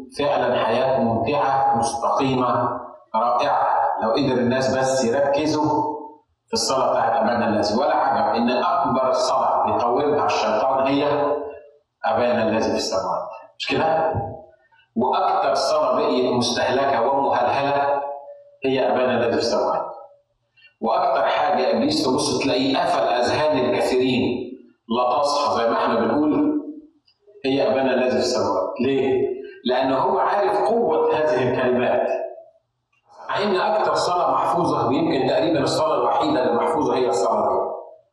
فعلا حياة ممتعة مستقيمة رائعة لو قدر الناس بس يركزوا في الصلاة بتاعت أبانا الذي. ولا عجب إن أكبر صلاة بيطولها الشيطان هي أبانا الذي في السماوات، مش كده؟ وأكثر صلاة بقيت مستهلكة ومهلهلة هي أبانا الذي في السماوات. وأكثر حاجة إبليس تبص تلاقيه قفل أذهان الكثيرين لا تصحى زي ما احنا بنقول هي أبانا الذي في السماوات. ليه؟ لأنه هو عارف قوة هذه الكلمات. مع إن أكثر صلاة محفوظة ويمكن تقريبا الصلاة الوحيدة اللي محفوظة هي الصلاة دي.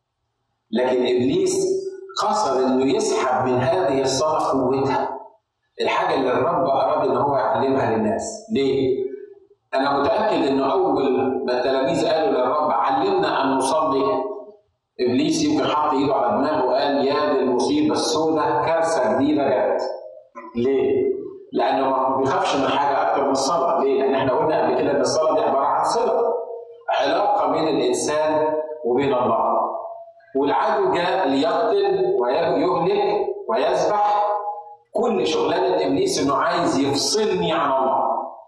لكن إبليس قصد إنه يسحب من هذه الصلاة قوتها. الحاجة اللي الرب أراد إن هو يعلمها للناس. ليه؟ أنا متأكد إنه أول ما التلاميذ قالوا للرب علمنا أن نصلي، إبليس يمكن حط إيده على دماغه وقال يا دي المصيبة السوداء، كارثة جديدة جت. ليه؟ لأنه ما بيخافش من حاجة أكتر من الصلاة. ليه؟ لأن إحنا قلنا قبل كده إن الصلاة دي عبارة عن صلة، علاقة بين الإنسان وبين الله. والعدو جاء ليقتل ويهلك ويذبح. كل شغلانة إبليس إنه عايز يفصلني عن الله.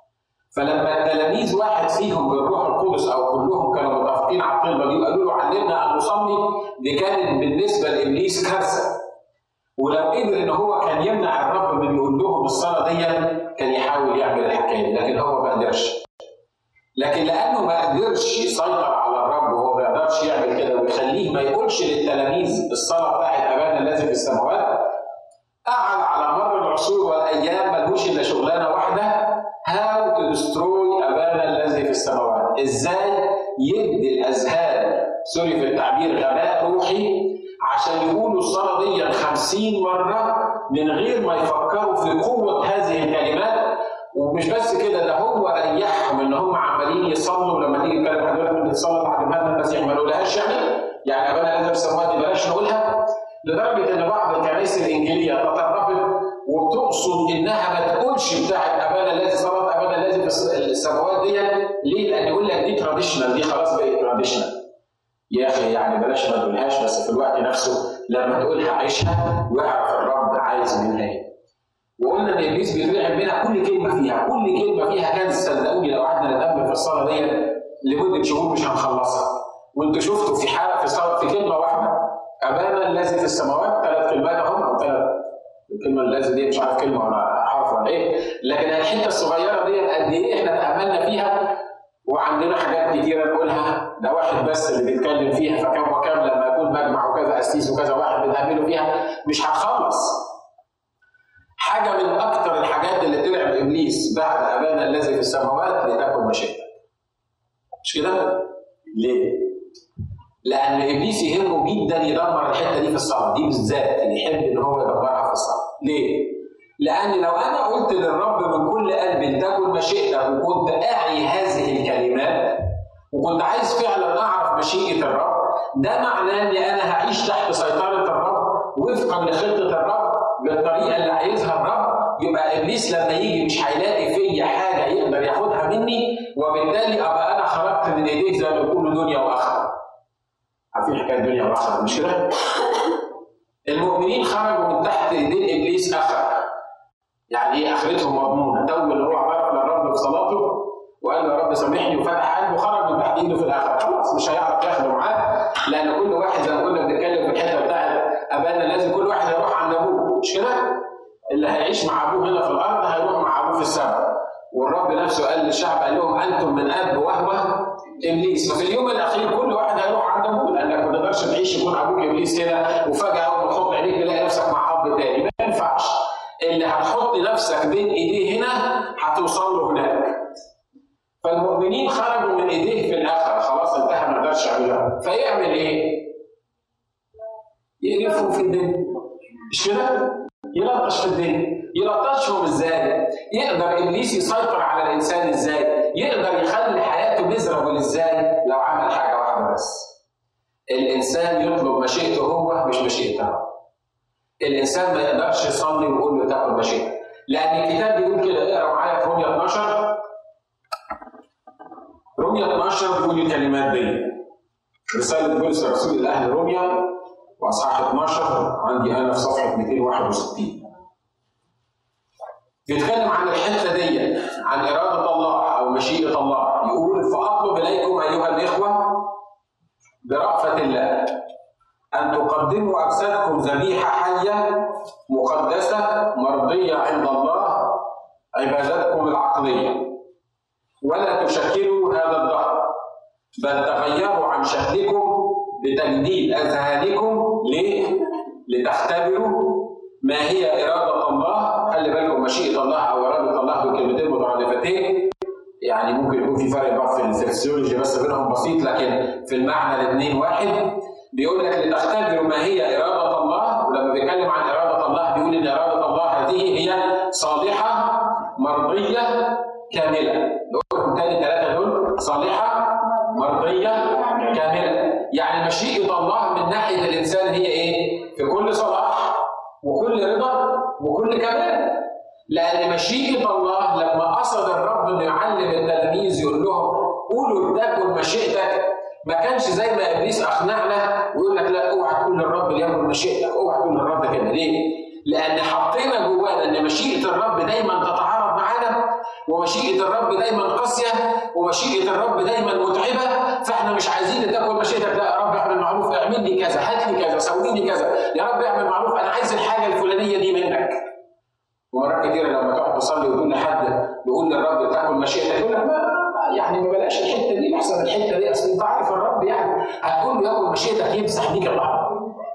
فلما التلاميذ واحد فيهم بالروح القدس أو كلهم كانوا متفقين على الطلبة دي وقالوا له علمنا أن نصلي، دي كانت بالنسبة لإبليس كارثة. ولو قدر إن هو كان يمنع الرب من يقول لهم الصلاة دي كان يحاول يعمل الحكاية، لكن هو ما قدرش. لكن لأنه ما قدرش يسيطر على الرب وهو ما يقدرش يعمل كده ويخليه ما يقولش للتلاميذ الصلاة بتاعت أبانا الذي في السماوات، قعد على مر العصور والأيام ملهوش إلا شغلانة واحدة: How to destroy أبانا الذي في السماوات. إزاي يدي الأذهان، سوري في التعبير، غباء روحي عشان يقولوا الصلاة دي 50 مرة من غير ما يفكروا في قوة هذه الكلمات. ومش بس كده، ده هو ريحهم ان هم عمالين يصلوا. لما تيجي تتكلم عن دول من الصلاه تعلمها المسيح ما نقولهاش يعني أبانا الذي في السماوات دي بلاش نقولها، لدرجه ان بعض الكنائس الانجيليه تطرفت وبتقصد انها ما تقولش بتاعت أبانا الذي صلاه أبانا الذي في السماوات دي. ليه؟ لان يقول لك دي تراديشنال، دي خلاص بقت تراديشنال. يا اخي يعني بلاش ما تقولهاش، بس في الوقت نفسه لما تقولها عيشها واعرف الرب عايز منها ايه. وقلنا ان ابليس بيطلع منها كل كلمه فيها، كل كلمه فيها كنز. صدقوني لو قعدنا نتامل في الصلاه دي لمده شهور مش هنخلصها. وانتوا شفتوا في حاله في صلاه في كلمه واحده ابانا الذي في السماوات 3 كلمات هم او 3. الكلمه الذي دي مش عارف كلمه ولا حرف ولا ايه، لكن الحته الصغيره دي قد ايه احنا تاملنا فيها. وعندنا حاجات كتيره نقولها، ده واحد بس اللي بيتكلم فيها، فكم وكم لما يكون مجمع وكذا قسيس وكذا واحد بنعمله فيها مش هتخلص. حاجه من اكثر الحاجات اللي تلعب ابليس بعد ابانا الذي في السماوات لتكن مشيئتك. مش كده؟ ليه؟ لان ابليس يهمه جدا يدمر الحته دي في الصلاه دي بالذات، يحب ان هو يدمرها في الصلاه. ليه؟ لان لو انا قلت للرب من كل قلبي لتكن مشيئتك وكنت اعي هذه الكلمات وكنت عايز فعلا اعرف مشيئه الرب، ده معناه ان انا هعيش تحت سيطره الرب وفقا لخطه الرب بالطريقه اللي عايزها الرب. يبقى ابليس لما يجي مش هيلاقي فيا حاجه يقدر ياخدها مني، وبالتالي ابقى انا خرجت من ايديه زي ما بيقولوا دنيا واخره. عارفين حكايه دنيا واخره مش كده؟ المؤمنين خرجوا من تحت ايدين ابليس اخره. يعني ايه اخرتهم مضمونه؟ اول هو اعترف للرب في صلاته وقال له يا رب سامحني وفتح قلبه، خرج من تحت ايده في الاخره. خلاص مش هيعرف ياخده معاه، لان كل واحد زي ما كنا بنتكلم في الحته بتاعت ابانا لازم كل واحد يروح عند ابوه، مش كده؟ اللي هيعيش مع ابوه هنا في الارض هيروح مع ابوه في السماء. والرب نفسه قال للشعب، قال لهم انتم من اب وهو ابليس. ففي اليوم الاخير كل واحد هيروح عند ابوه، لانك ما تقدرش تعيش يكون ابوك ابليس كده وفجاه اول ما تحط عينيك تلاقي نفسك مع اب تاني. ما ينفعش. اللي هتحط نفسك بين ايديه هنا هتوصل له هناك. فالمؤمنين خرجوا من ايديه في الاخره، خلاص انتهى ما يقدرش يعملها. فيعمل ايه؟ يقرفهم في الدنيا، مش كده؟ يلطش في الدنيا. يلطشهم ازاي؟ يقدر ابليس يسيطر على الانسان ازاي؟ يقدر يخلي حياته ميزرابل ازاي؟ لو عمل حاجه واحده بس. الانسان يطلب مشيئته هو مش مشيئته. الانسان ما يقدرش يصلي ويقول له تاكل مشيئتك، لان الكتاب بيقول كده. اقرا معايا في رومية 12. رومية 12 بيقول الكلمات دي. رساله بولس الرسول لاهل رومية واصحاح 12 عندي انا في صفحه 261. بيتكلم عن الحته دي، عن اراده الله او مشيئه الله. يقول: فاطلب اليكم ايها الاخوه برأفة الله ان تقدموا اجسادكم ذبيحه حيه مقدسه مرضيه عند الله، عبادتكم العقليه، ولا تشكلوا هذا الدهر، بل تغيروا عن شكلكم بتجديد اذهانكم. ليه؟ لتختبروا ما هي اراده الله. خلي بالكم، مشيئه الله او اراده الله دول كلمتين مترادفتين، يعني ممكن يكون في فرق بقى في الفسيولوجي بس بينهم بسيط، لكن في المعنى الاثنين واحد. بيقول لك لتختبروا ما هي اراده الله، ولما بيتكلم عن اراده الله بيقول ان اراده الله هذه هي صالحه مرضيه كامله. نقولهم تاني الثلاثه دول: صالحه مرضيه كامله. يعني مشيئه الله من ناحيه الانسان هي ايه؟ في كل صلاح وكل رضا وكل كمال. لأن مشيئة الله لما قصد الرب إنه يعلم التلاميذ يقول لهم: قولوا تكن مشيئتك، ما كانش زي ما إبليس أقنعنا ويقول لك: لا، أوعى تقول للرب ليكن مشيئتك، أوعى تقول للرب كده. ليه؟ لأن حطينا جوانا إن مشيئة الرب دايماً تتعارض معانا، ومشيئة الرب دايماً قاسية، ومشيئة الرب دايماً متعبة، فإحنا مش عايزين تكن مشيئتك. لا يا رب اعمل معروف، اعمل لي كذا، هات لي كذا، سوي لي كذا، يا رب اعمل معروف، أنا عايز الحاجة الفلانية دي منك. ومرات كتيرة لما تقعد تصلي وتقول لحد يقول للرب تكن مشيئتك، يقول لك: ما بلاش الحته دي، احسن الحته دي، اصل انت عارف الرب يعني هتقول له يكن مشيئتك يمسح بيك الارض.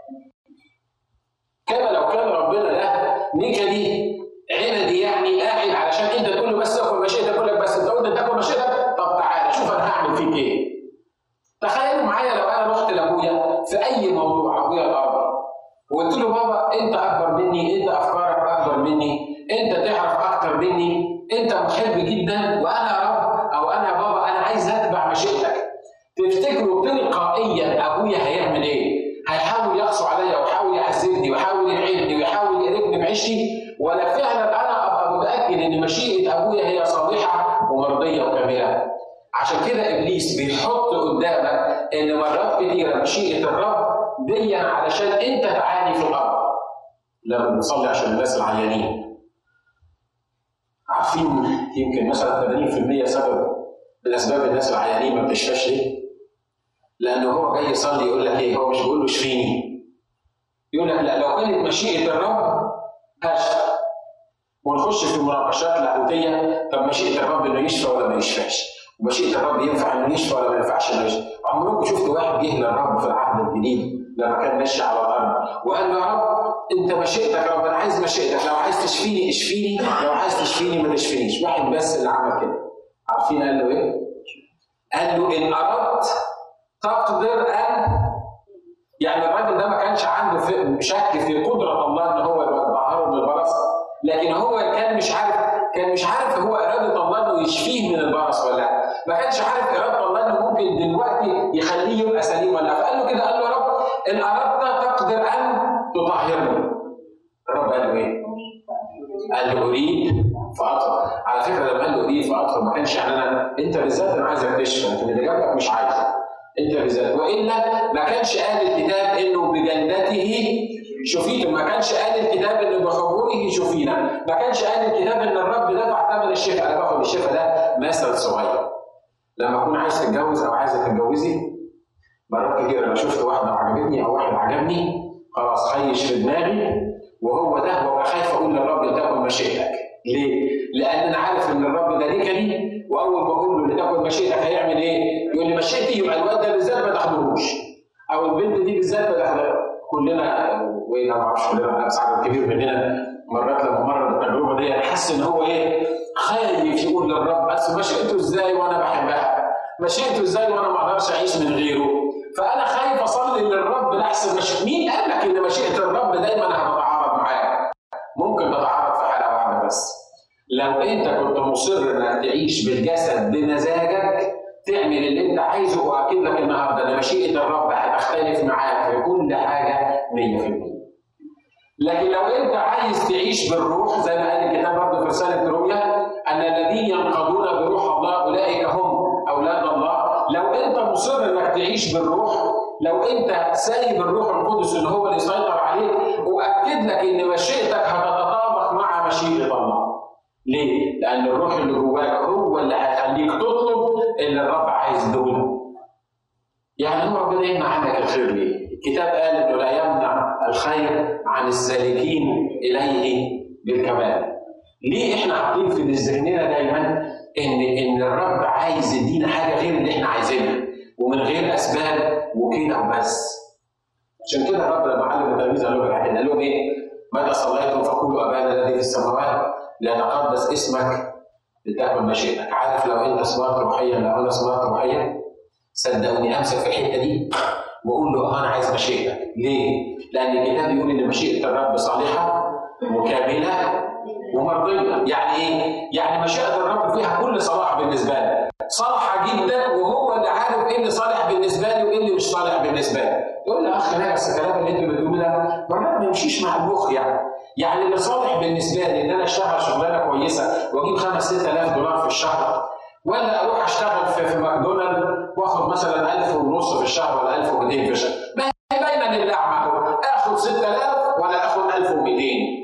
كما لو كان ربنا ده نكدي عندي، يعني قاعد علشان انت تقول له بس تكن مشيئتك، يقول لك: بس انت قلت تكن مشيئتك، طب تعالى شوف انا هعمل فيك ايه. تخيلوا معايا لو انا رحت لابويا في اي موضوع، ابويا الارض، وقلت له: بابا انت اكبر مني، انت افكارك اكبر مني، انت تعرف اكتر مني، انت محب جدا، وانا يا رب او انا يا بابا انا عايز اتبع مشيئتك. تفتكروا تلقائيا ابويا هيعمل ايه؟ هيحاول يقسو عليا ويحاول يعذبني ويحاول يعيبني ويحاول يقربني بعيشتي؟ ولا فعلا انا ابقى متاكد ان مشيئه ابويا هي صالحه ومرضيه وكامله؟ عشان كده ابليس بيحط قدامك ان مرات كتيره مشيئه الرب دي علشان انت تعاني في الارض. لما بنصلي عشان الناس العيانين، عارفين يمكن مثلا 80% سبب من اسباب الناس العيانين ما بتشفاش ليه؟ لانه هو جاي يصلي يقول لك ايه؟ هو مش بيقول له اشفيني، يقول لك: لا، لو كانت مشيئه الرب هشفى. ونخش في مناقشات لاهوتيه: طب مشيئه الرب انه يشفى ولا ما يشفاش؟ ومشيئه الرب ينفع انه يشفى ولا ما ينفعش انه يشفى؟ عمركم شفتوا واحد جه للرب في العهد الجديد لما كان ماشي على الارض وقال له: يا رب انت مشيئتك يا رب، انا عايز مشيئتك، لو عايز تشفيني اشفيني، لو عايز تشفيني ما تشفينيش. واحد بس اللي عمل كده. عارفين قال له ايه؟ قال له: ان اردت تقدر ان، يعني الراجل ده ما كانش عنده شك في قدره الله ان هو يطهره من البرص، لكن هو كان مش عارف هو اراده الله انه يشفيه من البرص ولا لا. ما كانش عارف اراده الله انه ممكن دلوقتي يخليه يبقى سليم ولا لا. فقال له كده، قال له: يا رب ان اردت تقدر ان تطهرني. الرب قال له ايه؟ قال له: اريد فاطهر. على فكره لما قال له اريد فاطهر ما كانش يعني انت بالذات انا عايزك تشفى، لكن اللي جنبك مش عايزه انت بالذات. والا ما كانش قال الكتاب انه بجنته شفيتم، ما كانش قال الكتاب انه بحبوبه شفينا، ما كانش قال الكتاب ان الرب دفع ثمن الشفاء. انا باخد الشفاء ده مثل صغير. لما اكون عايز تتجوز او عايزه تتجوزي، مرات كتير انا شفت واحده عجبتني او واحد عجبني، خلاص خيش في دماغي وهو ده، وابقى خايف اقول للرب لتكن مشيئتك. ليه؟ لان انا عارف ان الرب ده نكدي، واول ما اقول له لتكن مشيئتك هيعمل ايه؟ يقول لي مشيئتي، يبقى الواد ده بالذات ما تاخدهوش، او البنت دي بالذات ما تاخدهاش. كلنا وانا ما اعرفش كلنا، بس عدد كبير مننا مرات لما مر بالتجربه دي حس ان هو ايه؟ خايف يقول للرب بس مشيئته ازاي وانا بحبها؟ مشيئته ازاي وانا ما اقدرش اعيش من غيره؟ فانا خايف اصلي للرب لاحسن مشيئته. مين قال لك ان مشيئه الرب دايما هتتعارض معاك؟ ممكن تتعارض في حاله واحده بس، لو انت كنت مصر انك تعيش بالجسد بمزاجك تعمل اللي انت عايزه، واكد لك النهارده ان مشيئه الرب هتختلف معاك في كل حاجه 100%. لكن لو انت عايز تعيش بالروح زي ما قال الكتاب برضه في رساله روميا ان الذين ينقضون بروح الله اولئك هم اولاد الله. لو انت مصر انك تعيش بالروح، لو انت سايب الروح القدس ان هو اللي يسيطر عليك، واكد لك ان مشيئتك هتتطابق مع مشيئه الله. ليه؟ لأن الروح اللي جواك هو اللي هيخليك تطلب اللي الرب عايز يدوله. يعني هو ربنا يمنع عنك الخير ليه؟ الكتاب قال إنه لا يمنع الخير عن السالكين إليه بالكمال. ليه إحنا حاطين في ذهننا دايماً إن الرب عايز يدينا حاجة غير اللي إحنا عايزينها ومن غير أسباب وكده وبس. عشان كده الرب لما علم التلاميذ قال لهم إيه؟ متى صليتم فقولوا أبانا الذي في السماوات ليتقدس اسمك لتكن مشيئتك. عارف لو أنت صبرت روحيا، لو أنا صبرت روحيا صدقوني أمسك في الحتة دي وأقول له أنا عايز مشيئتك. ليه؟ لأن الكتاب بيقول إن مشيئة الرب صالحة وكاملة ومرضية. يعني إيه؟ يعني مشيئة الرب فيها كل صلاح بالنسبة لي، صالحة جدا، وهو اللي عارف إيه اللي صالح بالنسبة لي وإيه اللي مش صالح بالنسبة لي. تقول لي يا أخي لا، بس الكلام اللي أنت بتقوله ده مرات ما يمشيش مع المخ. يعني اللي صالح بالنسبة لي إن أنا أشتغل شغلانة كويسة وأجيب 5-6,000 دولار في الشهر، ولا أروح أشتغل في ماكدونالد وآخد مثلا 1,500 في الشهر ولا 1,200 في الشهر. ما هي باينة للأعمى، آخد 6,000 ولا آخد 1,200.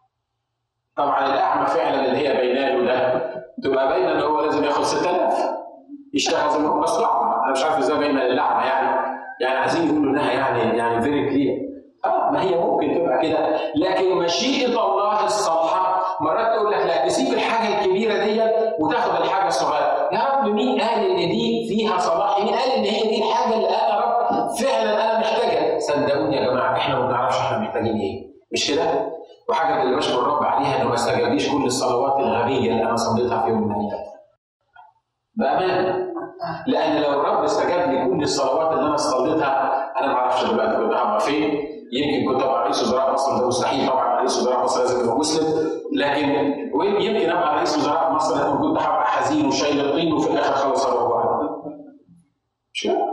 طبعا الأعمى فعلا اللي هي باينة له ده تبقى باينة إن هو لازم ياخد 6,000 يشتغل زي ما هو. بس أعمى، أنا مش عارف إزاي باينة للأعمى. يعني عايزين يقولوا إنها يعني فيري كلير. ما هي ممكن تبقى كده، لكن مشيئة الله الصالحة مرات تقول لك لا، تسيب الحاجة الكبيرة دي وتاخد الحاجة الصغيرة. يا رب مين قال إن دي فيها صلاح؟ مين قال إن هي دي الحاجة اللي أنا رب فعلا أنا محتاجها؟ صدقوني يا جماعة إحنا ما بنعرفش إحنا محتاجين إيه، مش كده؟ وحاجة اللي بشكر الرب عليها إنه ما استجابليش كل الصلوات الغبية اللي أنا صليتها في يوم من الأيام. بأمانة، لأن لو الرب استجاب لي كل الصلوات اللي أنا صليتها أنا ما أعرفش دلوقتي كنت هبقى فين. يمكن كنت ابقى رئيس وزراء مصر، ده مستحيل طبعا، رئيس وزراء مصر لازم يبقى مسلم، لكن يمكن ابقى رئيس وزراء مصر لكن كنت هبقى حزين وشايل الطين وفي الاخر خلص اروح. مش كده؟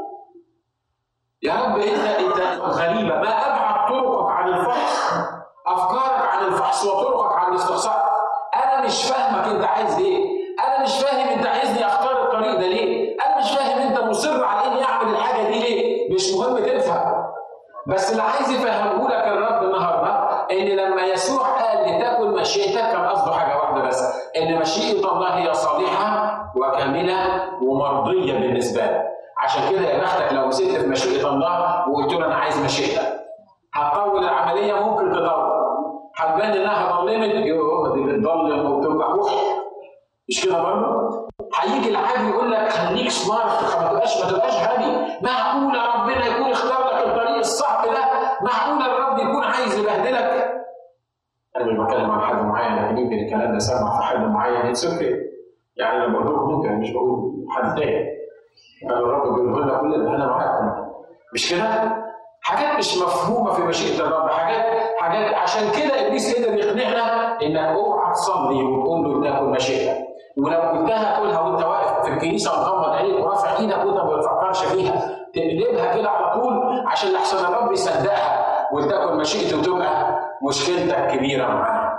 يا رب انت غريبه، ما ابعد طرقك عن الفحص، افكارك عن الفحص وطرقك عن الاستقصاء. انا مش فاهمك انت عايز ايه، انا مش فاهم انت عايزني اختار الطريق ده ليه، انا مش فاهم انت مصر على اني اعمل الحاجه دي ليه. مش مهم تفهم، بس اللي عايز يفهمه لك الرب النهارده ان لما يسوع قال لتكن مشيئتك كان قصده حاجه واحده بس، ان مشيئه الله هي صالحه وكامله ومرضيه بالنسبه لك. عشان كده يا بختك لو مسكت في مشيئه الله وقلت له انا عايز مشيئتك. هتطول العمليه، ممكن تطول، هتبان انها ضلمت، دي بتضلم وبتبقى روح، مش كده برضه؟ هيجي العادي يقول لك خليك سمارت، ما تبقاش غبي. معقول ربنا يكون اختار لك الطريق الصعب ده؟ معقول الرب يكون عايز يبهدلك؟ انا مش بتكلم عن حد معين، لكن يمكن الكلام ده سمع في حد معين يتسكت. يعني انا بقول لكم انتوا، مش بقول حد تاني. انا الرب بيقول لنا كلنا انا معاكم، مش كده؟ حاجات مش مفهومه في مشيئه الرب، حاجات عشان كده ابليس قدر يقنعنا انك اوعى تصلي وتقول له تاكل مشيئتك. ولو قلتها تقولها وانت واقف في الكنيسه ومغمض عينيك ورافع ايدك وانت ما بتفكرش فيها، تقلبها كده على طول عشان لحسن الرب يصدقها وتاكل مشيئته وتبقى مشكلتك كبيره معاه.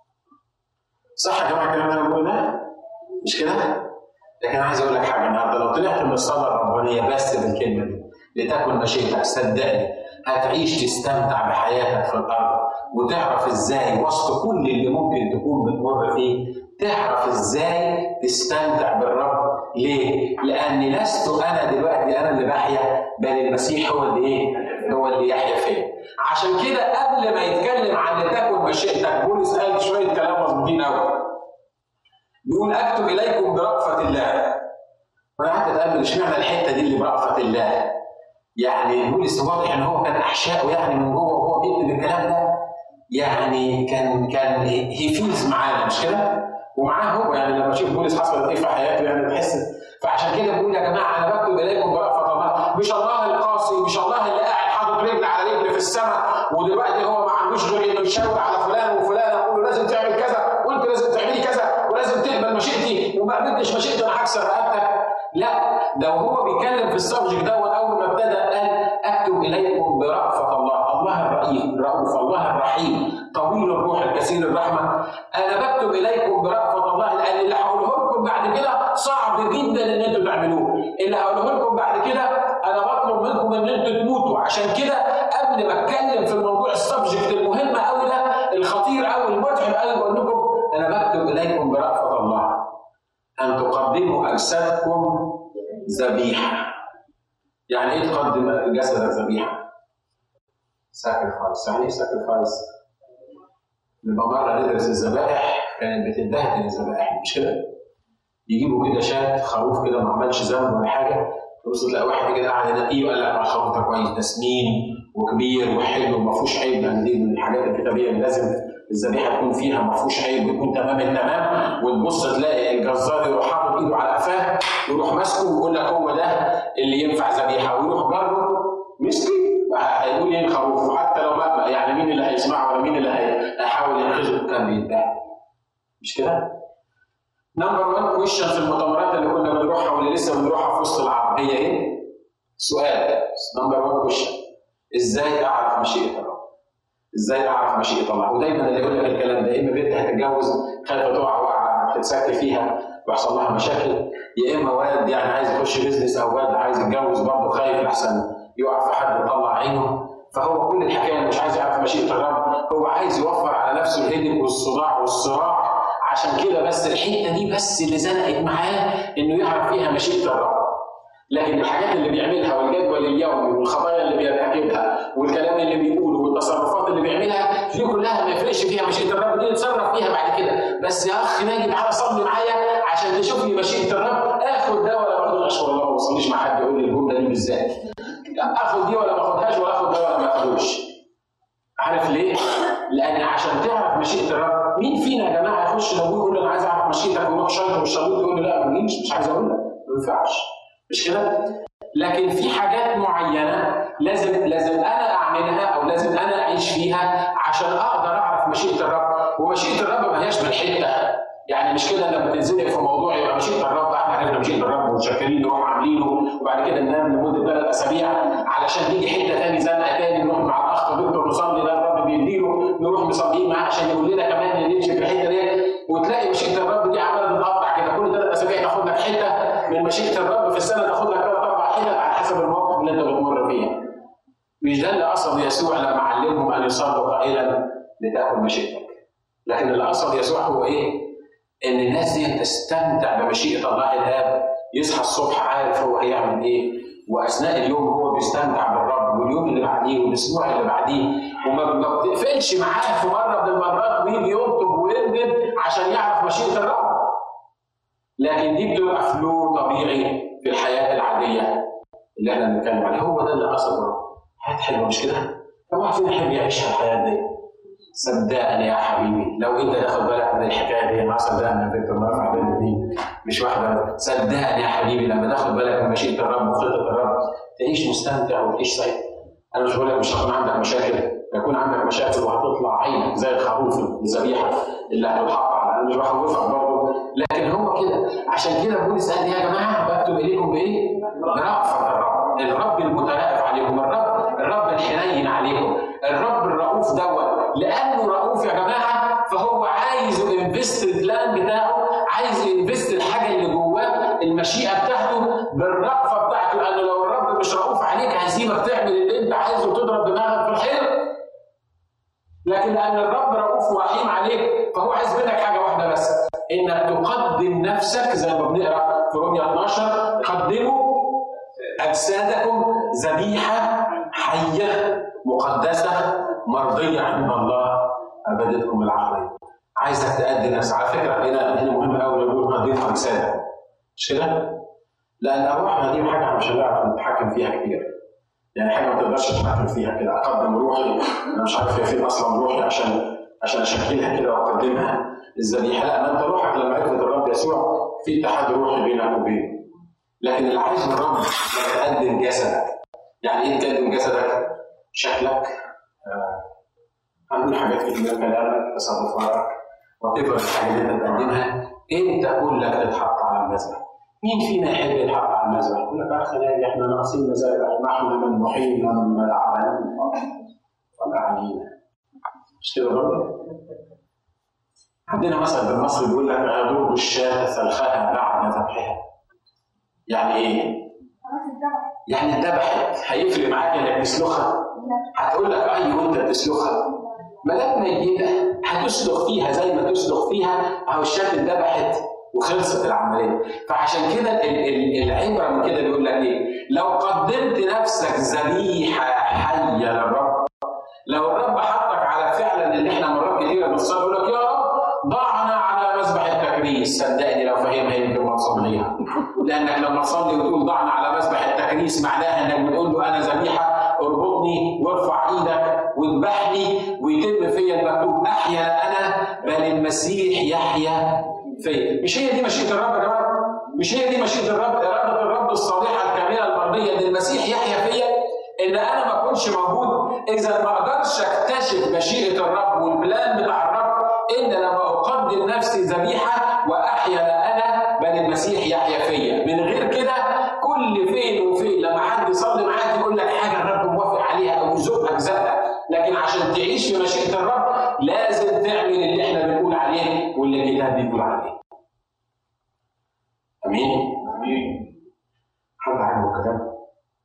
صح يا جماعه الكلام اللي انا بقوله ده؟ مش كده؟ لكن عايز اقول لك حاجه النهارده، لو طلعت من الصلاه الربانيه بس بالكلمه دي لتاكل مشيئتك، صدقني هتعيش تستمتع بحياتك في الارض، وتعرف ازاي وسط كل اللي ممكن تكون بتمر فيه تعرف ازاي تستمتع بالرب. ليه؟ لاني لست انا دلوقتي انا اللي بحيا، بل المسيح هو اللي ايه؟ هو اللي يحيا فيا. عشان كده قبل ما يتكلم عن لتكن مشيئتك بولس قال شويه كلام مظبوطين قوي. بيقول اكتب اليكم برأفة الله. وانا قعدت اتامل اشمعنى الحته دي اللي برأفة الله؟ يعني بولس واضح ان هو كان احشائه يعني من جوه وهو بيكتب الكلام ده، يعني كان هي فيلز معانا، مش كده؟ ومعاه هو، يعني لما اشوف بولس حصلت ايه في حياته يعني تحس. فعشان كده بقول يا جماعه انا بكتب اليكم برأفة الله، مش الله القاسي، مش الله اللي قاعد حاطط رجل على رجل في السماء ودلوقتي هو ما عندوش غير انه يشاور على فلان وفلان ويقول له لازم تعمل كذا وانت لازم تعملي كذا ولازم تقبل مشيئتي وما قبلتش مشيئتي انا هكسر رقبتك. لا، ده وهو بيتكلم في السبجكت دوت اول ما ابتدى قال اكتب اليكم برأفة الله، الله الرؤوف، الله الرحيم، طويل الروح الكثير الرحمه. انا بكتب اليكم برأفة الله لان اللي هقوله لكم بعد كده صعب جدا ان انتوا تعملوه. اللي هقوله لكم بعد كده انا بطلب منكم ان انتوا تموتوا. عشان كده قبل ما اتكلم في الموضوع السبجكت المهم قوي ده الخطير قوي المتعب قوي بقول لكم أنا بكتب إليكم برأفة الله أن تقدموا أجسادكم ذبيحة. يعني إيه تقدم جسدك ذبيحة؟ ساكرفايس. يعني إيه ساكرفايس؟ لما مرة ندرس الذبائح كانت بتتبهدل الذبائح، مش كده؟ يجيبوا كده شاة خروف كده ما عملش ذنب ولا حاجة، تبص تلاقي واحد كده قاعد ينقيه وقال لك الخروف ده كويس، ده سمين وكبير وحلو وما فيهوش عيب، لأن دي من الحاجات الكتابية اللي لازم الذبيحة تكون فيها ما فيهوش عيب ويكون تمام التمام. وتبص تلاقي الجزار يروح حاطط إيده على قفاه ويروح ماسكه ويقول لك هو ده اللي ينفع ذبيحة، ويروح جره مسكين هيقول ايه الخروف، وحتى لو ما يعني مين اللي هيسمعه ولا مين اللي هيحاول ينقذه؟ كان بيتباع. مش كده؟ نمبر 1 كويشن في المؤتمرات اللي كنا بنروحها واللي لسه بنروحها في وسط العرب هي ايه؟ سؤال نمبر 1 كويشن: ازاي اعرف مشيئة الله؟ ازاي اعرف مشيئة الله؟ ودايما اللي يقول لك الكلام ده يا اما بنت هتتجوز خايفه تقع وقعه تتسكي فيها ويحصل لها مشاكل، يا اما واد يعني عايز يخش بيزنس، او واد عايز يتجوز برضه خايف لحسن يقع في حد يطلع عينه. فهو كل الحكايه مش عايز يعرف مشيئة الرب، هو عايز يوفر على نفسه الهدك والصداع والصراع. عشان كده بس الحته دي بس اللي زنقت معاه انه يعرف فيها مشيئة الرب. لكن الحاجات اللي بيعملها والجدول اليومي والخطايا اللي بيرتكبها والكلام اللي بيقوله والتصرفات اللي بيعملها دي كلها ما يفرقش فيها مشيئة الرب، دي نتصرف فيها بعد كده. بس يا اخ ناجي تعالى صلي معايا عشان تشوف لي مشيئة الرب، اخد ده ولا ما اخدهاش. والله ما بصليش مع حد يقول لي الجمله دي بالذات، اخد دي ولا ما اخدهاش، ولا اخد ده ولا ما اخدوش. عارف ليه؟ لان عشان تعرف مشيئة الرب، مين فينا يا جماعه يخش لو يقول له انا عايز اعرف مشيئتك ويروح شايطه والشلوط يقول له لا ما تجيش، مش عايز اقول لك، ما ينفعش. مش كده؟ لكن في حاجات معينه لازم انا اعملها او لازم انا اعيش فيها عشان اقدر اعرف مشيئة الرب. ومشيئة الرب ما هياش بالحته، يعني مش كده لما تنزلك في موضوع يبقى مشيئة الرب احنا عرفنا مشيئة الرب ومتشكرين نروح عاملينه وبعد كده ننام لمده 3 أسابيع علشان تيجي حته ثاني زنقه ثاني نروح مع الاخ دكتور نصلي ده الرب بيديله نروح مصليين معاه عشان يقول لنا كمان نمشي في الحته دي، وتلاقي مشيئة الرب دي عماله تتقطع كده كل 3 أسابيع تاخد لك حته من مشيئة الرب، في السنه تاخد لك 3 4 حتت على حسب الموقف اللي انت بتمر فيها. مش ده اللي قصد يسوع لما علمهم ان يصلوا قائلا لتأكل مشيئتك. لكن اللي قصد يسوع هو ايه؟ ان الناس دي تستمتع بمشيئة الله الآب، يصحى الصبح عارف هو هيعمل ايه، واثناء اليوم هو بيستمتع بالرب، واليوم اللي بعديه والاسبوع اللي بعديه، وما بتقفلش معاه في مره من المرات ويجي يطلب ويندب عشان يعرف مشيئة الرب. لكن دي بتبقى فلو طبيعي في الحياه العاديه اللي احنا بنتكلم عليها. هو ده اللي قصده الرب. حياه حلوه مش كده؟ طبعا فين يحب يعيشها الحياه دي؟ صدقني يا حبيبي لو انت تاخد بالك من الحكايه دي، ما صدقني يا دكتور مرفع بين مش واحده، صدقني يا حبيبي لما تاخد بالك من مشيئه الرب وخطه الرب تعيش مستمتع وتعيش سعيد. انا مش بقول لك مش هيكون عندك مشاكل، هيكون عندك مشاكل وهتطلع عينك زي الخروف الذبيحه اللي هتتحط على، انا مش بخوفك برضه، لكن هو كده. عشان كده بولس قال يا جماعه بكتب اليكم بايه؟ برأفة الرب، الرب المترأف عليكم، الرب الحنين عليكم، الرب الرؤوف دوت. لانه رؤوف يا جماعه فهو عايز ينفست البلان بتاعه، عايز ينفست الحاجه اللي جواه المشيئه بتاعته بالرأفه بتاعته، لانه لو الرب مش رؤوف عليك هيسيبك تعمل اللي انت عايزه وتضرب دماغك في الحيط. لكن لان الرب رؤوف ورحيم عليك فهو عايز منك حاجه واحده بس، انك تقدم نفسك زي ما بنقرا في رومية 12 قدموا اجسادكم ذبيحه حيه مقدسه مرضيه عند الله عبادتكم العقليه. عايزك تقدم نفسك. على فكره هنا مهم قوي نقول قدموا اجسادك، مش كده؟ لان ارواحنا دي حاجه احنا مش هنعرف نتحكم فيها كتير، يعني حاجه ما تقدرش تتحكم فيها كده. اقدم روحي، انا مش عارف هي فين اصلا روحي عشان اشكلها كده واقدمها الذبيحه. لا، ما انت روحك لما عرفت الرب يسوع في اتحاد روحي بينك وبينه. لكن اللي عايزه الرب تقدم جسدك. يعني ايه تقدم جسدك؟ شكلك، عندنا حاجات كتير، كلامك، تصرفاتك، وتقدر الحاجه اللي انت تقدمها انت كلك تتحط على المذبح. مين فينا يحب يتحط على المذبح؟ يقول لك يا اخي ناجي احنا ناقصين مذابح، نحن من محيينا من العالمين والعالمين. مش كده برضه؟ عندنا مثل بالمصري بيقول لك يضرب الشاة سلخها بعد ذبحها. يعني ايه؟ يعني اتذبحت، هيفرق معاك انك تسلخها؟ هتقول لك اي وانت بتسلخها؟ ما دام ميته هتسلخ فيها زي ما تسلخ فيها، اهو الشاة اتذبحت وخلصت العمليه. فعشان كده العبره من كده بيقول لك ايه؟ لو قدمت نفسك ذبيحه حيه للرب، لو الرب حطك على فعلا اللي احنا مرات كتيره بنصلي يقول لك يا رب ضعنا على مذبح التكريس، صدقني لو فاهمها يمكن ما تصليها. لانك لما تصلي وتقول ضعنا على مذبح التكريس معناها انك بتقول له انا ذبيحه، اربطني وارفع ايدك واذبحني ويتم فيا المكتوب احيا انا بل المسيح يحيا فيا. مش هي دي مشيئه الرب يا جماعه؟ مش هي دي مشيئه الرب؟ اراده الرب الصالحه الكامله المرضيه ان المسيح يحيا فيا، ان انا ما اكونش موجود. اذا ما اقدرش اكتشف مشيئه الرب والبلان بتاع الرب الا لما اقدم نفسي ذبيحه واحيا لا انا بل المسيح يحيا فيا. من غير كده كل فين وفين لما حد يصلي معاك يقول لك حاجه الرب موافق عليها او يزقك زقه، لكن عشان تعيش في مشيئه الرب لازم تعمل اللي احنا بنقول عليه واللي الكتاب بيقول عليه. امين؟ امين. حد عنده كلام؟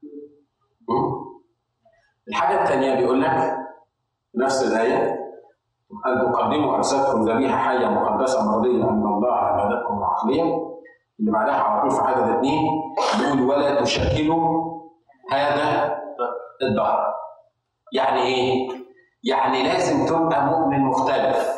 الحاجه الثانيه بيقول لك نفس الايه أن تقدموا أجسادكم ذبيحة حية مقدسة مرضية عند الله عبادتكم العقلية. اللي بعدها على طول في عدد 2 بيقول ولا تشكلوا هذا الدهر. يعني إيه؟ يعني لازم تبقى مؤمن مختلف.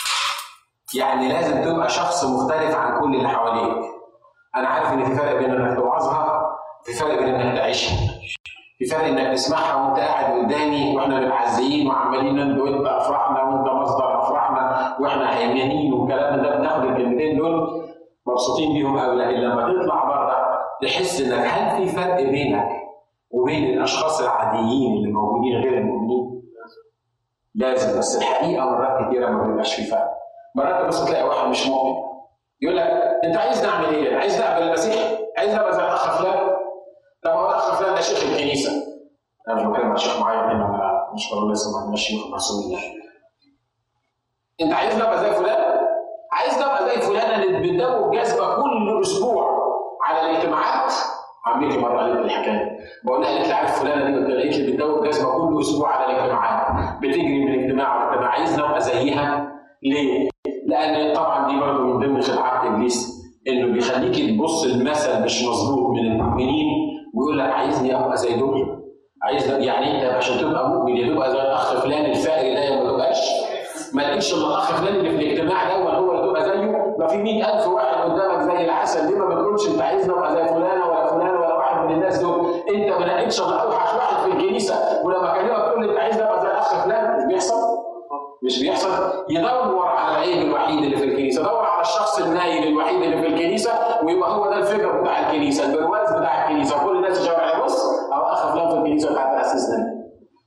يعني لازم تبقى شخص مختلف عن كل اللي حواليك. أنا عارف إن في فرق بين إنك توعظها، في فرق بين إنك تعيشها. في فرق انك تسمعها وانت قاعد قدامي واحنا متعزيين وعمالين انت وانت افرحنا وانت مصدر افرحنا واحنا هيمانين والكلام ده، بناخد الكلمتين دول مبسوطين بيهم قوي. لكن لما تطلع بره تحس انك هل في فرق بينك وبين الاشخاص العاديين اللي موجودين غير المؤمنين؟ لازم. بس الحقيقه مرات كثيره ما بيبقاش في فرق. مرات بس تلاقي واحد مش مؤمن يقول لك انت عايز نعمل ايه؟ عايز نقبل المسيح؟ عايز نبقى زي الاخ فلان؟ طب هو الاخ فلان ده شيخ الكنيسه. انا مش بتكلم عن شيخ معين هنا، مش والله لسه ما عندناش شيوخ معصومين يعني. انت عايز نبقى زي فلان؟ عايز نبقى زي فلانه اللي بتدوب جذبه كل اسبوع على الاجتماعات؟ عمتي مره قالت لي الحكايه، بقول لها قالت لي عارف فلانه دي؟ قالت لي بتدوب جذبه كل اسبوع على الاجتماعات، بتجري من اجتماع لاجتماع. عايز نبقى زيها ليه؟ لان طبعا دي برضه من ضمن خدعات ابليس، انه بيخليك تبص المثل مش مظبوط من المؤمنين ويقول لك عايزني ابقى زي دول. عايز يعني انت عشان تبقى مؤمن يا تبقى زي الاخ فلان الفقري ده، ما تبقاش ما تقولش ان الاخ فلان اللي في الاجتماع ده هو اللي تبقى زيه. ما في 100,000 واحد قدامك زي العسل، ليه ما بتقولش انت عايزني ابقى زي فلانه ولا فلانه ولا واحد من الناس دول؟ انت ما نقلتش الا اوحش واحد في الكنيسه، ولما اكلمك تقول لي انت عايزني ابقى زي الاخ فلان. مش بيحصل؟ مش بيحصل. يدور على العيب الوحيد اللي في الكنيسه، دور على الشخص النايل الوحيد اللي في الكنيسه ويبقى هو ده الفكر بتاع الكنيسه، البرواز بتاع الكنيسه. كل الناس تشاور عليه بص او اخ فلان في الكنيسه بتاعت تاسيسنا.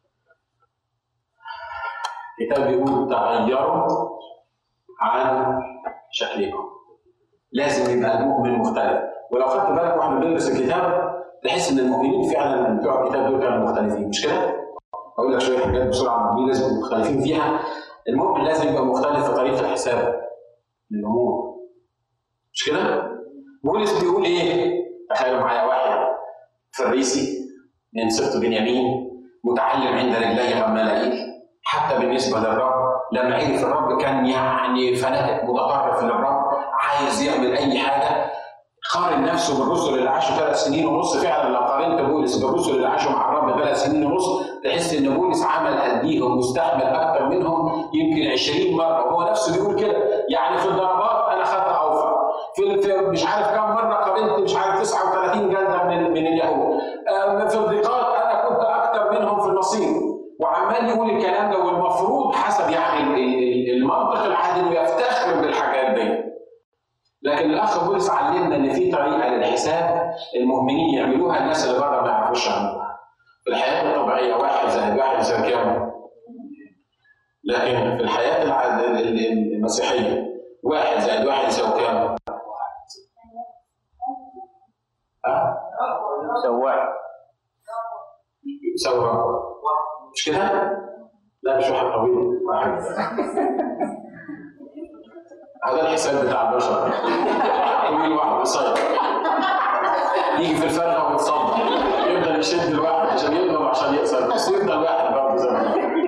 الكتاب بيقول تغيروا عن شكلكم. لازم يبقى المؤمن مختلف. ولو خدت بالك واحنا بندرس الكتاب تحس ان المؤمنين فعلا بتوع الكتاب دول كانوا مختلفين، مش كده؟ اقول لك شويه حاجات بسرعه المؤمنين لازم يبقوا مختلفين فيها. المؤمن لازم يبقى مختلف في طريقه الحساب للامور، مش كده؟ بولس بيقول ايه؟ تخيلوا معايا واحد فريسي من سبط بنيامين متعلم عند رجلي غمالائيل، حتى بالنسبه للرب لما عرف الرب كان يعني فنادق متطرف للرب، عايز يعمل اي حاجه. قارن نفسه بالرسل اللي عاشوا 3 سنين ونص. فعلا لو قارنت بولس بالرسل اللي عاشوا مع الرب 3 سنين ونص تحس ان بولس عمل قديهم مستحمل اكثر منهم يمكن 20 مره، وهو نفسه بيقول كده. يعني في الضربات انا خدت اوفر، في مش عارف كم مره قابلت مش عارف 39 جلده من اليهود، في الضيقات انا كنت اكثر منهم في النصيب، وعمال يقول الكلام ده. والمفروض حسب يعني المنطق العادي انه يفتخر بالحاجات دي. لكن الاخ بولس علمنا ان في طريقه للحساب المؤمنين يعملوها الناس اللي بره ما يعرفوش يعملوها. في الحياه الطبيعيه 1 زائد 1 يساوي كام؟ لكن في الحياه المسيحيه 1 زائد 1 يساوي كام؟ يساوي 1. يساوي رقم، مش كده؟ لا مش واحد طويل، واحد. هذا الحساب بتاع البشر. طويل واحد قصير. يجي في الفرقه ويتصدر، يفضل يشد الواحد عشان يضرب عشان يقصر، بس يفضل واحد برضه زي ما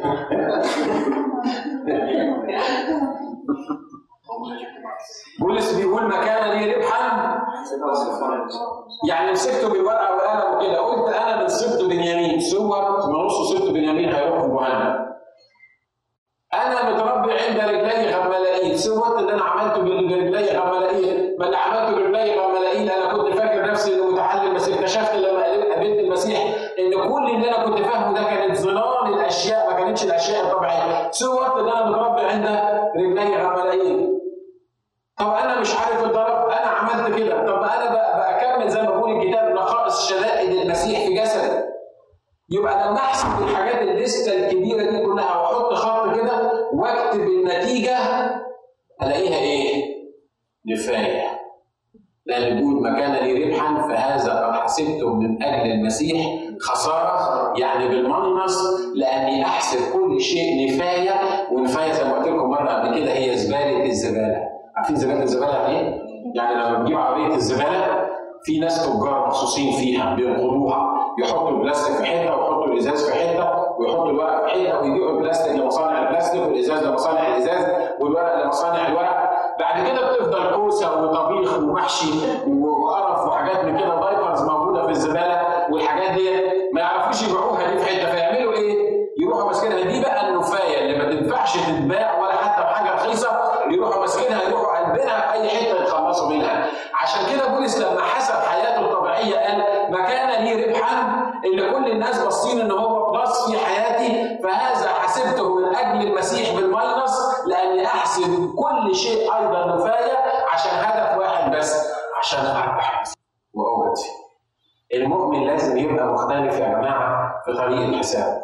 بولس بيقول ما كان لي ربحا يعني مسكته بالورقه والقلم وكده، قلت انا من سبط بنيامين سوى من نص سبط بنيامين هيروح في جهنم. انا متربي عند رجلي غملائيل، سوى اللي انا عملته برجلي غملائيل، ما اللي عملته برجلي غملائيل انا كنت فاكر نفسي اني متعلم، بس اكتشفت لما قابلت المسيح ان كل اللي انا كنت فاهمه ده كانت ظنان الاشياء، ما كانتش الاشياء الطبيعيه. سوى اللي انا متربي عند رجلي غملائيل. طب انا مش عارف الضرب، انا عملت كده، طب انا بكمل زي ما بقول الكتاب نقائص شدائد المسيح في جسدي. يبقى لما احسب الحاجات الليسته الكبيره دي كلها واحط خط كده واكتب النتيجه الاقيها ايه؟ نفايه. لان بيقول ما كان لي ربحا فهذا قد حسبته من اجل المسيح خساره، يعني بالمنص، لاني احسب كل شيء نفايه. ونفايه زي ما قلت لكم مره قبل كده هي زباله الزباله. عارفين زباله الزباله يعني ايه؟ يعني لما بتجيب عربيه الزباله في ناس تجار مخصوصين فيها بينقضوها، يحطوا البلاستيك في حته ويحطوا الازاز في حته ويحطوا الورق في حته ويبيعوا البلاستيك لمصانع البلاستيك والازاز لمصانع الازاز والورق لمصانع الورق. بعد كده بتفضل كوسه وطبيخ ومحشي وقرف وحاجات من كده ودايبرز موجوده في الزباله، والحاجات دي ما يعرفوش يبيعوها دي في حته، فيعملوا ايه؟ يروحوا ماسكينها. دي بقى النفايه اللي ما تنفعش تتباع ولا حتى بحاجه رخيصه، يروحوا ماسكينها يروحوا قلبينها في اي حته يتخلصوا منها. عشان كده بولس لما حسب حياته الطبيعيه قال ما كان لي ربحا، اللي كل الناس باصين ان هو بلس في حياتي، فهذا حسبته من اجل المسيح بالماينس، لاني احسب كل شيء ايضا نفايه عشان هدف واحد بس، عشان اربح واوجد فيه. المؤمن لازم يبقى مختلف يا جماعه في طريقه الحساب.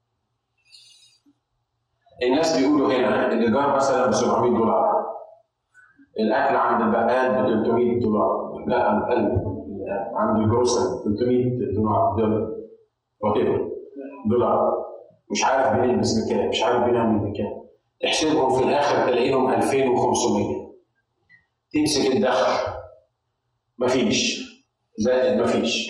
الناس بيقولوا هنا الايجار مثلا ب $700، الاكل عند البقال ب $300، لا عند الجروسر $300 دولار، مش عارف بنلبس بكام، مش عارف بنعمل بكام، تحسبهم في الاخر تلاقيهم 2500. تمسك الدخل مفيش، زائد مفيش،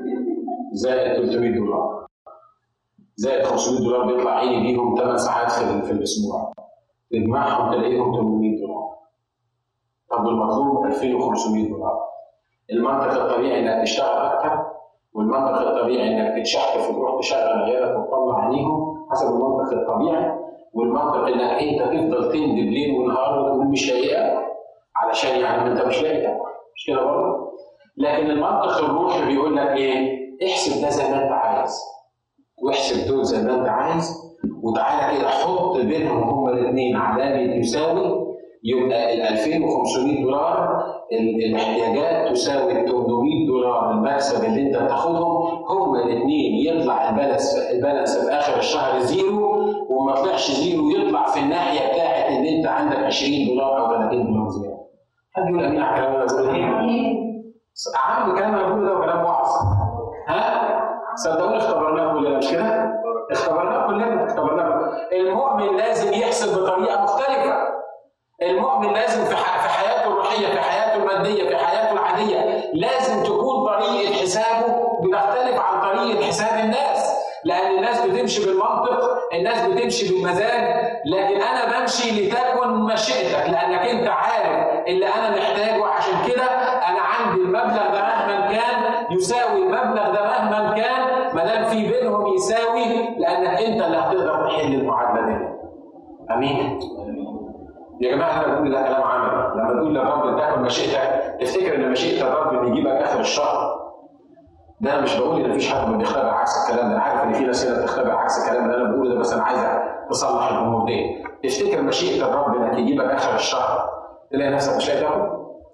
زائد $300، زائد $500 بيطلع عيني بيهم 8 ساعات في الاسبوع، تجمعهم تلاقيهم $800. طب المطلوب $2500. المنطق الطبيعي انك تشتغل اكتر، والمنطق الطبيعي انك تتشحتف وتروح تشغل عيالك وتطلع عينيهم حسب المنطق الطبيعي، والمنطق انك انت تفضل تندب ليل ونهار وتقول مش لاقي علشان يعني انت مش لاقي، مش كده برضه؟ لكن المنطق الروحي بيقول لك ايه؟ احسب ده زي ما انت عايز، واحسب دول زي ما انت عايز، وتعالى كده حط بينهم هما الاثنين علامه يساوي، يبقى ال $2500 الاحتياجات تساوي $800 المكسب اللي انت بتاخدهم، هما الاثنين يطلع البالانس في اخر الشهر زيرو، وما طلعش زيرو يطلع في الناحيه بتاعت ان انت عندك $20 او $30 زياده. حد يقول امين على الكلام ده ولا ايه؟ عم الكلام اللي بقوله ده كلام وعظ. ها؟ صدقوني اختبرناه كلنا، مش كده؟ اختبرناه كلنا، اختبرناه. المؤمن لازم يحسب بطريقه مختلفه. المؤمن لازم في حياته الروحيه، في حياته الماديه، في حياته العاديه، لازم تكون طريقه حسابه بتختلف عن طريقه حساب الناس، لان الناس بتمشي بالمنطق، الناس بتمشي بالمزاج، لكن انا بمشي لتكن مشيئتك، لانك انت عارف اللي انا محتاجه. عشان كده انا عندي المبلغ ده مهما كان يساوي المبلغ ده مهما كان، ما دام في بينهم يساوي، لانك انت اللي هتقدر تحل المعادله دي. امين. يا جماعه انا بقول ده كلام عملي. لما تقول للرب تاكل مشيئتك، تفتكر ان مشيئه الرب ان يجيبك اخر الشهر. ده انا مش بقول ان مفيش حد بيختبر عكس الكلام ده، انا عارف ان في ناس هنا بتختبر عكس الكلام اللي انا بقوله ده، بس انا عايزك تصلح الامور دي. تفتكر مشيئه الرب انك يجيبك اخر الشهر تلاقي نفسك مش لاقي تاكل؟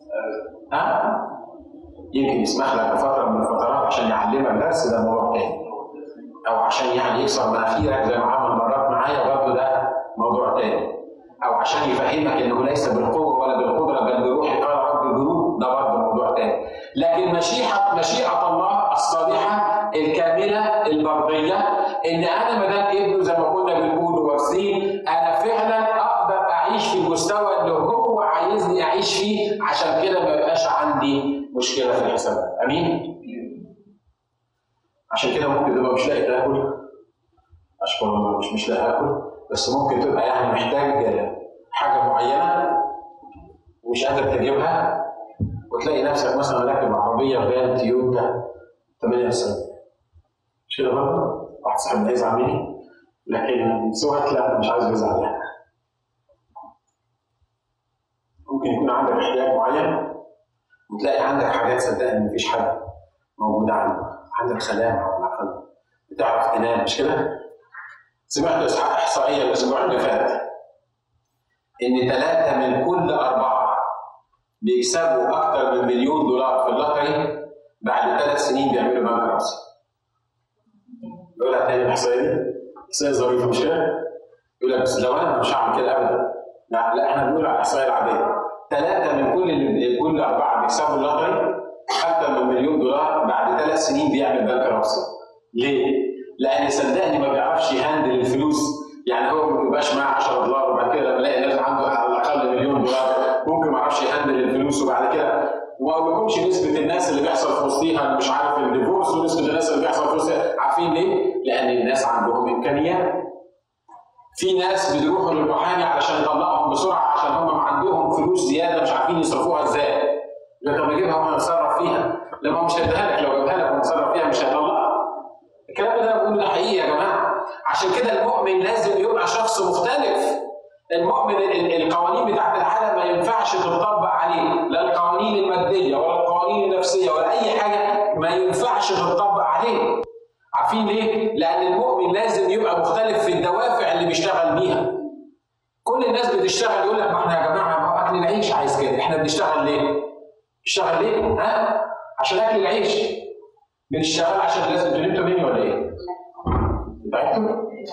ها؟ يمكن يسمح لك بفتره من الفترات عشان يعلمك درس، ده موضوع تاني. او عشان يعني يكسر مناخيرك زي ما عمل مرات معايا، برضه ده موضوع تاني. او عشان يفهمك انه ليس بالقوه ولا بالقدره بل بروحي قال رب الجنود، ده برضه موضوع تاني. لكن مشيئه الله الصالحه الكامله المرضيه، ان انا ما دام ابنه زي ما كنا بنقول وارثين، انا فعلا اقدر اعيش في المستوى اللي هو عايزني اعيش فيه، عشان كده ما يبقاش عندي مشكله في الحسابات. امين؟ عشان كده ممكن تبقى مش لاقي تاكل، اشكر الله مش لاقي اكل، بس ممكن تبقى يعني محتاج حاجه معينه ومش قادر تجيبها، وتلاقي نفسك مثلا راكب عربيه فان تويوتا 98. مش كده برضه؟ واحد صاحبنا يزعل مني، لكن سواء لا مش عايز يزعل يعني. ممكن يكون عندك احتياج معين وتلاقي عندك حاجات صدقني مفيش حد موجوده عندك سلام على الاقل، بتعرف تنام، مش كده؟ سمعت احصائيه الاسبوع اللي فات ان 3 من كل 4 بيكسبوا اكثر من $1,000,000 في اللوتري بعد 3 سنين بيعملوا بنك راسي. بقولها تاني الاحصائيه دي، احصائيه ظريفه مش كده؟ يقول لك بس لو انا مش هعمل كده ابدا. لا احنا بنقول على الاحصائيه العاديه 3 من كل 4 بيكسبوا اللوتري اكثر من $1,000,000 بعد 3 سنين بيعمل بنك راسي. ليه؟ لان صدقني ما بيعرفش يهندل الفلوس، يعني هو ما بيبقاش معاه $10 وبعد كده لما يلاقي ناس عنده على الاقل $1,000,000 ممكن ما يعرفش يهندل الفلوس، وبعد كده وما بيكونش نسبه الناس اللي بيحصل في وسطيها اللي مش عارف الديفورس، ونسبه الناس اللي بيحصل في وسطيها عارفين ليه؟ لان الناس عندهم امكانيات. في ناس بيروحوا للمحامي علشان يطلقهم بسرعه عشان هم عندهم فلوس زياده مش عارفين يصرفوها ازاي. لما نجيبها ونتصرف فيها، لما مش هيديها لك، لو جابها لك ونتصرف فيها مش هيطلقها. الكلام اللي انا بقوله ده حقيقي يا جماعه. عشان كده المؤمن لازم يبقى شخص مختلف. المؤمن القوانين بتاعت العالم ما ينفعش تطبق عليه، لا القوانين الماديه ولا القوانين النفسيه ولا اي حاجه ما ينفعش تطبق عليه. عارفين ليه؟ لان المؤمن لازم يبقى مختلف في الدوافع اللي بيشتغل بيها. كل الناس بتشتغل يقول لك ما احنا يا جماعه ما اكل العيش عايز كده، احنا بنشتغل ليه؟ بنشتغل ليه؟ عشان اكل العيش. بنشتغل عشان لازم تنمتوا مني ولا ايه؟ بتاعتكم؟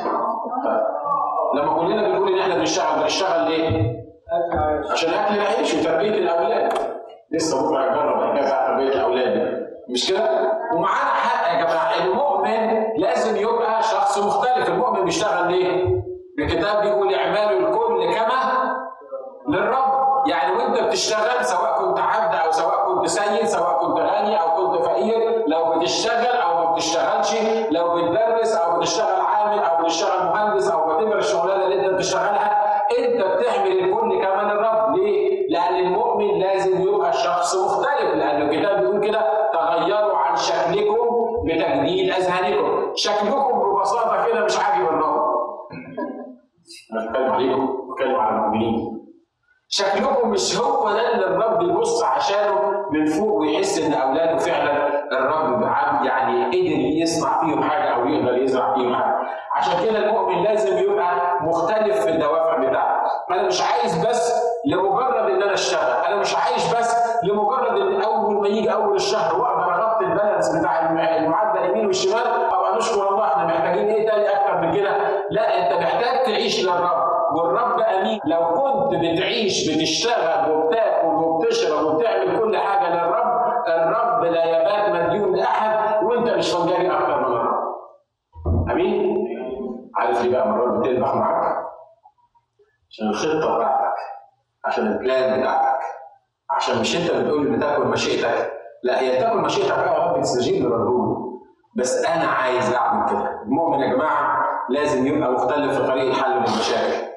لما كلنا بنقول ان احنا بنشتغل ليه؟ عشان اكل العيش وتربيه الاولاد. لسه بكره هجرب الحكايه بتاعت تربيه الاولاد، مش كده؟ ومعانا حق يا جماعه، المؤمن لازم يبقى شخص مختلف. المؤمن بيشتغل ليه؟ الكتاب بيقول اعملوا الكل كما للرب. يعني وانت بتشتغل سواء كنت عبد او سواء كنت سيد، سواء كنت غني او كنت فقير، لو بتشتغل او ما بتشتغلش، لو بتدرس او بتشتغل عامل او بتشتغل مهندس او بتبقى الشغلانه اللي انت بتشتغلها، انت بتعمل الكل كما للرب. ليه؟ لان المؤمن لازم يبقى شخص مختلف، لان الكتاب بيقول كده تغيروا عن شكلكم بتجديد اذهانكم. شكلكم ببساطه كده مش عاجب الرب. انا بتكلم عليكم، بتكلم على المؤمنين. شكلكم مش هو ده اللي الرب يبص عشانه من فوق ويحس ان اولاده فعلا الرب يعني قدر يصنع فيهم حاجه او يقدر يزرع فيهم حاجه. عشان كده المؤمن لازم يبقى مختلف في الدوافع بتاعته. انا مش عايز بس لمجرد ان انا اشتغل، انا مش عايش بس لمجرد ان اول ما يجي اول الشهر واقدر اغطي البالانس بتاع المعدل اليمين والشمال ابقى نشكر الله. احنا محتاجين ايه تاني اكتر من كده؟ لا، انت محتاج تعيش للرب، والرب امين. لو كنت بتعيش بتشتغل وبتاكل وبتشرب وبتعمل كل حاجه للرب، الرب لا يبات مديون لاحد، وانت مش فنجاري اكتر من الرب. امين؟ عارف ليه بقى مرات بتذبح معاك؟ عشان الخطه بتاعتك، عشان البلان بتاعتك، عشان مش انت بتقول بتاكل مشيئتك، لا هي بتاكل مشيئتك يا رب تستجيب للرجل، بس انا عايز اعمل كده. المؤمن يا جماعه لازم يبقى مختلف في طريقه حل المشاكل.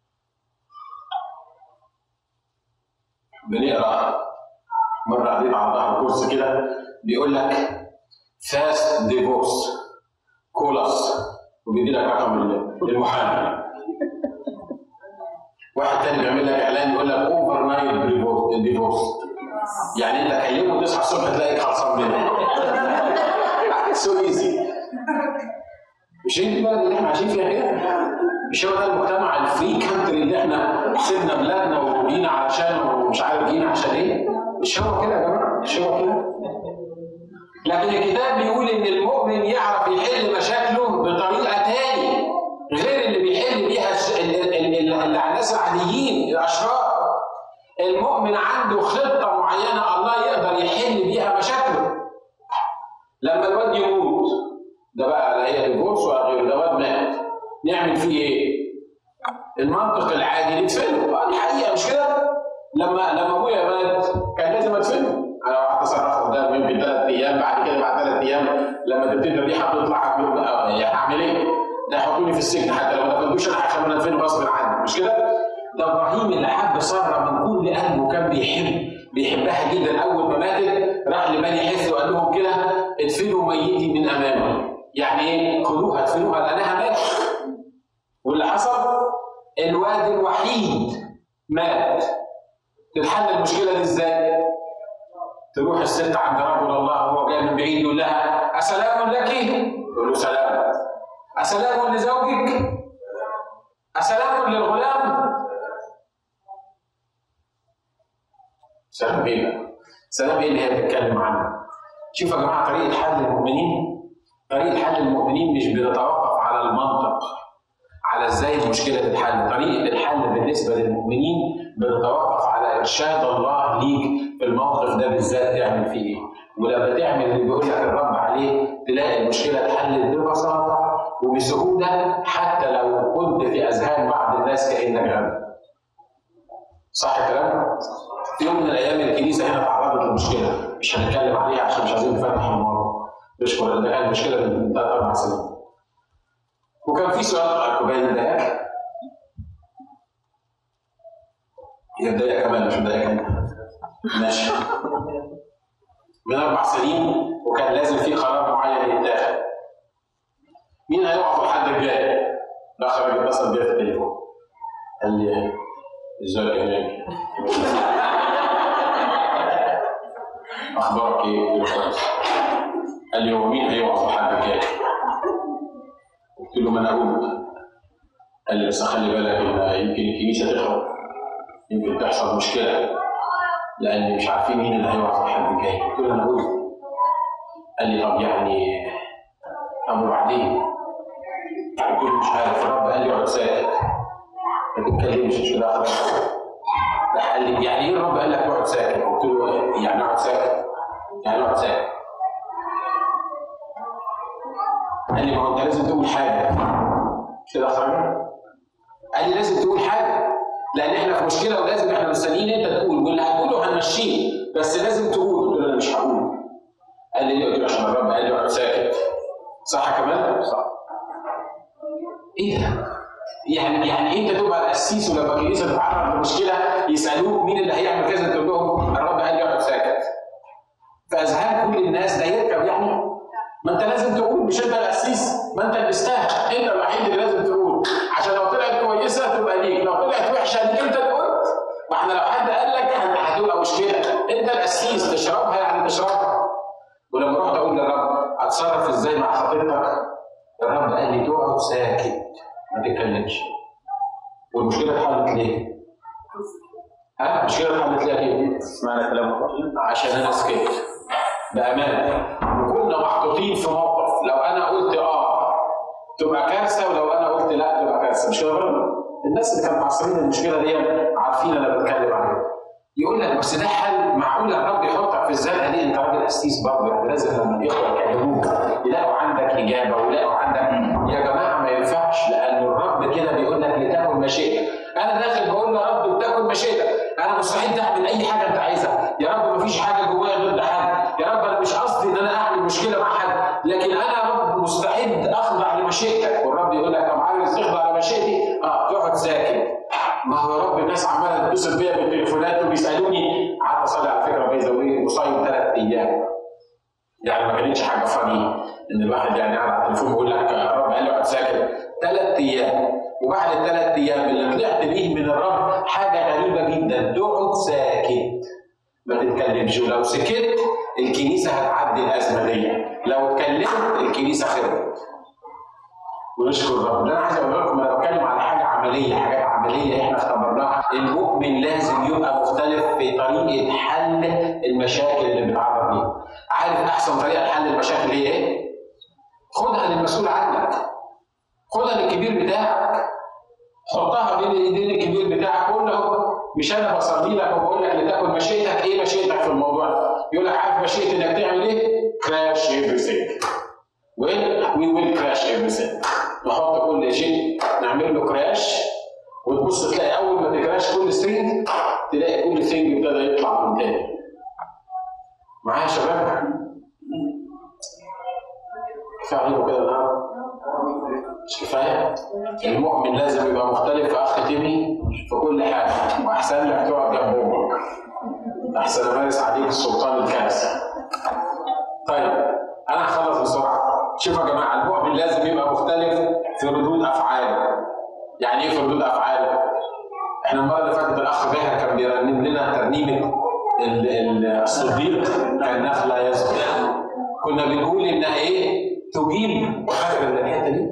بنقرا مره قريت على ظهر كورس كده بيقول لك فاست ديفورس كولاس، وبيدي لك رقم المحامي. واحد تاني بيعمل لك اعلان يقول لك اوفر نايت ديفورس، يعني انت كلمه وتصحى الصبح تلاقيك خلصان منه. سو ايزي. مش هي دي البلد اللي احنا عايشين فيها كده؟ مش هو ده المجتمع الفري كانتري اللي احنا سيبنا بلادنا وجينا علشانه ومش عارف جينا عشان ايه؟ مش هو كده يا جماعه، مش هو كده. لكن الكتاب بيقول ان المؤمن يعرف يحل مشاكله بطريقه تاني غير اللي بيحل بيها الناس العاديين الاشرار. المؤمن عنده خطه معينه الله يقدر يحل بيها مشاكله. لما الواد يموت، ده بقى لا هي ديفورس ولا غيره، ده واد مات، نعمل فيه ايه؟ المنطق العادي ندفنه. دي حقيقه مش كده؟ لما ابويا مات كان لازم ادفنه. انا لو هتصرف قدام يمكن 3 ايام، بعد كده بعد 3 ايام لما تبتدي الريحه تطلع هعمل ايه؟ ده يحطوني في السجن حتى لو ما دخلتوش انا هخمن ادفنه غصب عني، مش كده؟ ده ابراهيم اللي حب ساره من كل قلبه وكان بيحبها جدا. اول ما ماتت راح لبني حث وقال لهم كده ادفنوا ميتي من امامي. يعني ايه؟ خدوها ادفنوها لانها ماتت. واللي حصل الواد الوحيد مات. تتحل المشكله دي ازاي؟ تروح الست عند رجل الله وهو جاي من بعيد يقول لها اسلام لك؟ يقول له سلام. اسلام لزوجك؟ اسلام للغلام؟ سلام ايه بقى؟ سلام ايه اللي هي بتتكلم عنه؟ شوفوا يا جماعه طريقه حل المؤمنين، طريقه حل المؤمنين مش بتتوقف على المنطق، على ازاي المشكله تتحل. طريقه الحل بالنسبه للمؤمنين بتتوقف على ارشاد الله ليك في الموقف ده بالذات تعمل فيه ايه. ولما تعمل اللي بيقول لك الرب عليه تلاقي المشكله اتحلت ببساطه وبسهوله، حتى لو كنت في اذهان بعض الناس كانك غبي. صح الكلام؟ في يوم من الايام الكنيسه هنا تعرضت لمشكله مش هنتكلم عليها عشان مش عايزين نفتح الموضوع. نشكر ده كان مشكله من 3-4 سنين. وكان في سؤال باين مضايقك؟ هي مضايقه كمان مش مضايقه انت؟ ماشي. من 4 سنين وكان لازم في قرار معين يتاخد. مين هيقع في الحد الجاي؟ الاخ راجل اتصل بيا في التليفون قال لي ازيك يا ناجي؟ اخبارك ايه؟ قلت له كويس. قال لي هو مين هيقع في الحد الجاي؟ قلت له ما انا قلت. قال لي بس خلي بالك ان يمكن الكنيسه تخرب، يمكن تحصل مشكله لان مش عارفين مين اللي هيقع في الحد الجاي. قلت له انا قلت. قال لي طب يعني طب وبعدين؟ قلت له مش عارف. الرب قال لي اقعد ساكت ما تتكلمش مش كده خلاص. راح قال لي يعني ايه الرب قال لك اقعد ساكت؟ قلت له يعني اقعد ساكت؟ يعني اقعد ساكت. قال لي ما هو انت لازم تقول حاجه. مش كده خلاص؟ قال لي لازم تقول حاجه لان احنا في مشكله ولازم احنا مستنيين انت تقول، واللي هتقوله هنمشيه بس لازم تقول. قلت له انا مش هقول. قال لي ليه؟ قلت له عشان الرب قال لي اقعد ساكت. صح كمان؟ صح. ايه ده؟ يعني انت تبقى القسيس ولما الكنيسه تتعرض لمشكله يسالوك مين اللي هيعمل كذا تقول لهم الرب قال لي اقعد ساكت. في اذهان كل الناس ده يركب يعني؟ ما انت لازم تقول، مش انت القسيس، ما انت اللي تستاهل، انت الوحيد اللي لازم تقول عشان لو طلعت كويسه تبقى ليك، لو طلعت وحشه ليك انت اللي قلت. ما احنا لو حد قال لك هتبقى مشكله، انت القسيس تشربها يعني تشربها. ولما رحت اقول للرب اتصرف ازاي مع خطيبتك؟ الرب قال لي تقعد ساكت ما تتكلمش. والمشكله اتحلت ليه؟ المشكله اتحلت ليه؟ اسمعنا كلام الله عشان انا سكت بامانه. وكنا محطوطين في موقف لو انا قلت تبقى كارثه ولو انا قلت لا تبقى كارثه. مش كده برضه؟ الناس اللي كانوا معاصرين المشكله دي عارفين انا بتكلم عليها. يقول لك بس ده حل معقول الرب يحطك في الزنقه دي؟ انت راجل قسيس برضه يعني لازم لما الاخوه يكلموك يلاقوا عندك اجابه ويلاقوا عندك. يا جماعه ما ينفعش لان الرب كده بيقول لك لتكن مشيئتك. انا داخل بقول له يا رب لتكن مشيئتك، انا مستعد اعمل اي حاجه انت عايزها. يا رب ما فيش حاجه جوايا ضد حد، يا رب انا مش قصدي ان انا اعمل مشكله مع حد، لكن انا يا رب مستعد اخضع لمشيئتك. والرب يقول لك طب عايز تخضع لمشيئتي؟ تقعد ساكت. ما هو يا رب الناس عماله تتصل بيا بالتليفونات وبيسالوني. قعدت اصلي على فكره بيزوي وصايم 3 ايام. يعني ما كانتش حاجه فاني ان الواحد يعني قاعد على التليفون يقول لك الرب قال له اقعد ساكت 3 ايام. وبعد ال3 ايام اللي طلعت بيه من الرب حاجه غريبه جدا، تقعد ساكت ما تتكلمش. ولو سكت الكنيسه هتعدي الازمه دي، لو اتكلمت الكنيسه خربت. ونشكر الرب. انا عايز اقول لكم انا بتكلم على حاجه عمليه، حاجات عمليه احنا اختبرناها. المؤمن لازم يبقى مختلف في طريقه حل المشاكل اللي بيتعرض ليها. عارف احسن طريقه لحل المشاكل هي ايه؟ خدها للمسؤول عنك، خدها للكبير بتاعك، حطها بين ايدين الكبير بتاعك. قول له مش انا بصلي لك وبقول لك لتكن مشيئتك، ايه مشيئتك في الموضوع؟ يقول لك عارف مشيئتي انك تعمل ايه؟ كراش everything. وي ويل كراش everything. نحط كل شيء نعمل له كراش وتبص تلاقي اول ما تكراش كل ثينج تلاقي كل ثينج ابتدى يطلع من تاني. معايا يا شباب؟ كفايه عليكم كده النهارده؟ مش كفايه؟ المؤمن لازم يبقى مختلف يا اخ تيمي في كل حاجه، واحسن لك تقعد جنب امك احسن امارس عليك السلطان الكاسي. طيب انا هخلص بسرعه. شوفوا يا جماعه، المؤمن لازم يبقى مختلف في ردود افعاله. يعني ايه في ردود افعاله؟ احنا المره اللي فاتت الاخ باهر كان بيرنم لنا ترنيمه الصديق كالنخله يسقط. كنا بنقول انها ايه؟ تجيب، فاكر الحته دي؟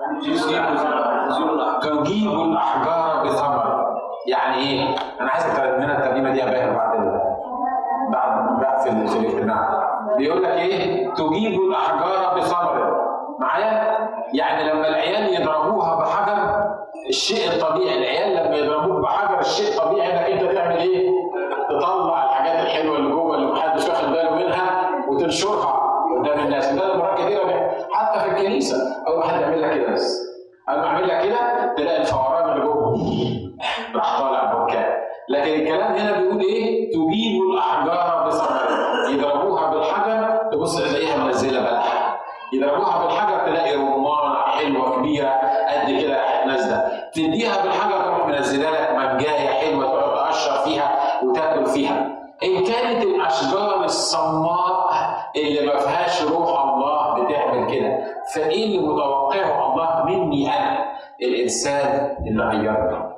تجيب الاحجار بثمر. يعني ايه؟ انا عايز ترنم لنا الترنيمه دي يا باهر بعد في الاجتماع. بيقول لك ايه؟ تجيب الاحجار بثمر. معايا؟ يعني لما العيال يضربوها بحجر، الشيء الطبيعي، العيال لما يضربوك بحجر الشيء الطبيعي انك انت تعمل ايه؟ تطلع الحاجات الحلوه اللي جوه اللي محدش واخد باله منها وتنشرها قدام الناس. وده اللي مرات كتيره حتى في الكنيسه اول واحد يعمل لك كده، بس اول ما اعمل لك كده تلاقي الفوران اللي جوه راح طالع بركان. لكن الكلام هنا بيقول ايه؟ تجيب الاحجار بثمر. يضربوها بالحجر تبص تلاقيها منزله بلح، يضربوها بالحجر تلاقي رمانه حلوه كبيره قد كده نازله، تديها بالحجر تروح منزله لك منجايه حلوه تقعد تقشر فيها وتاكل فيها. ان كانت الاشجار الصماء اللي ما فيهاش روح الله بتعمل كده، فايه اللي متوقعه الله مني انا الانسان اللي غيرني؟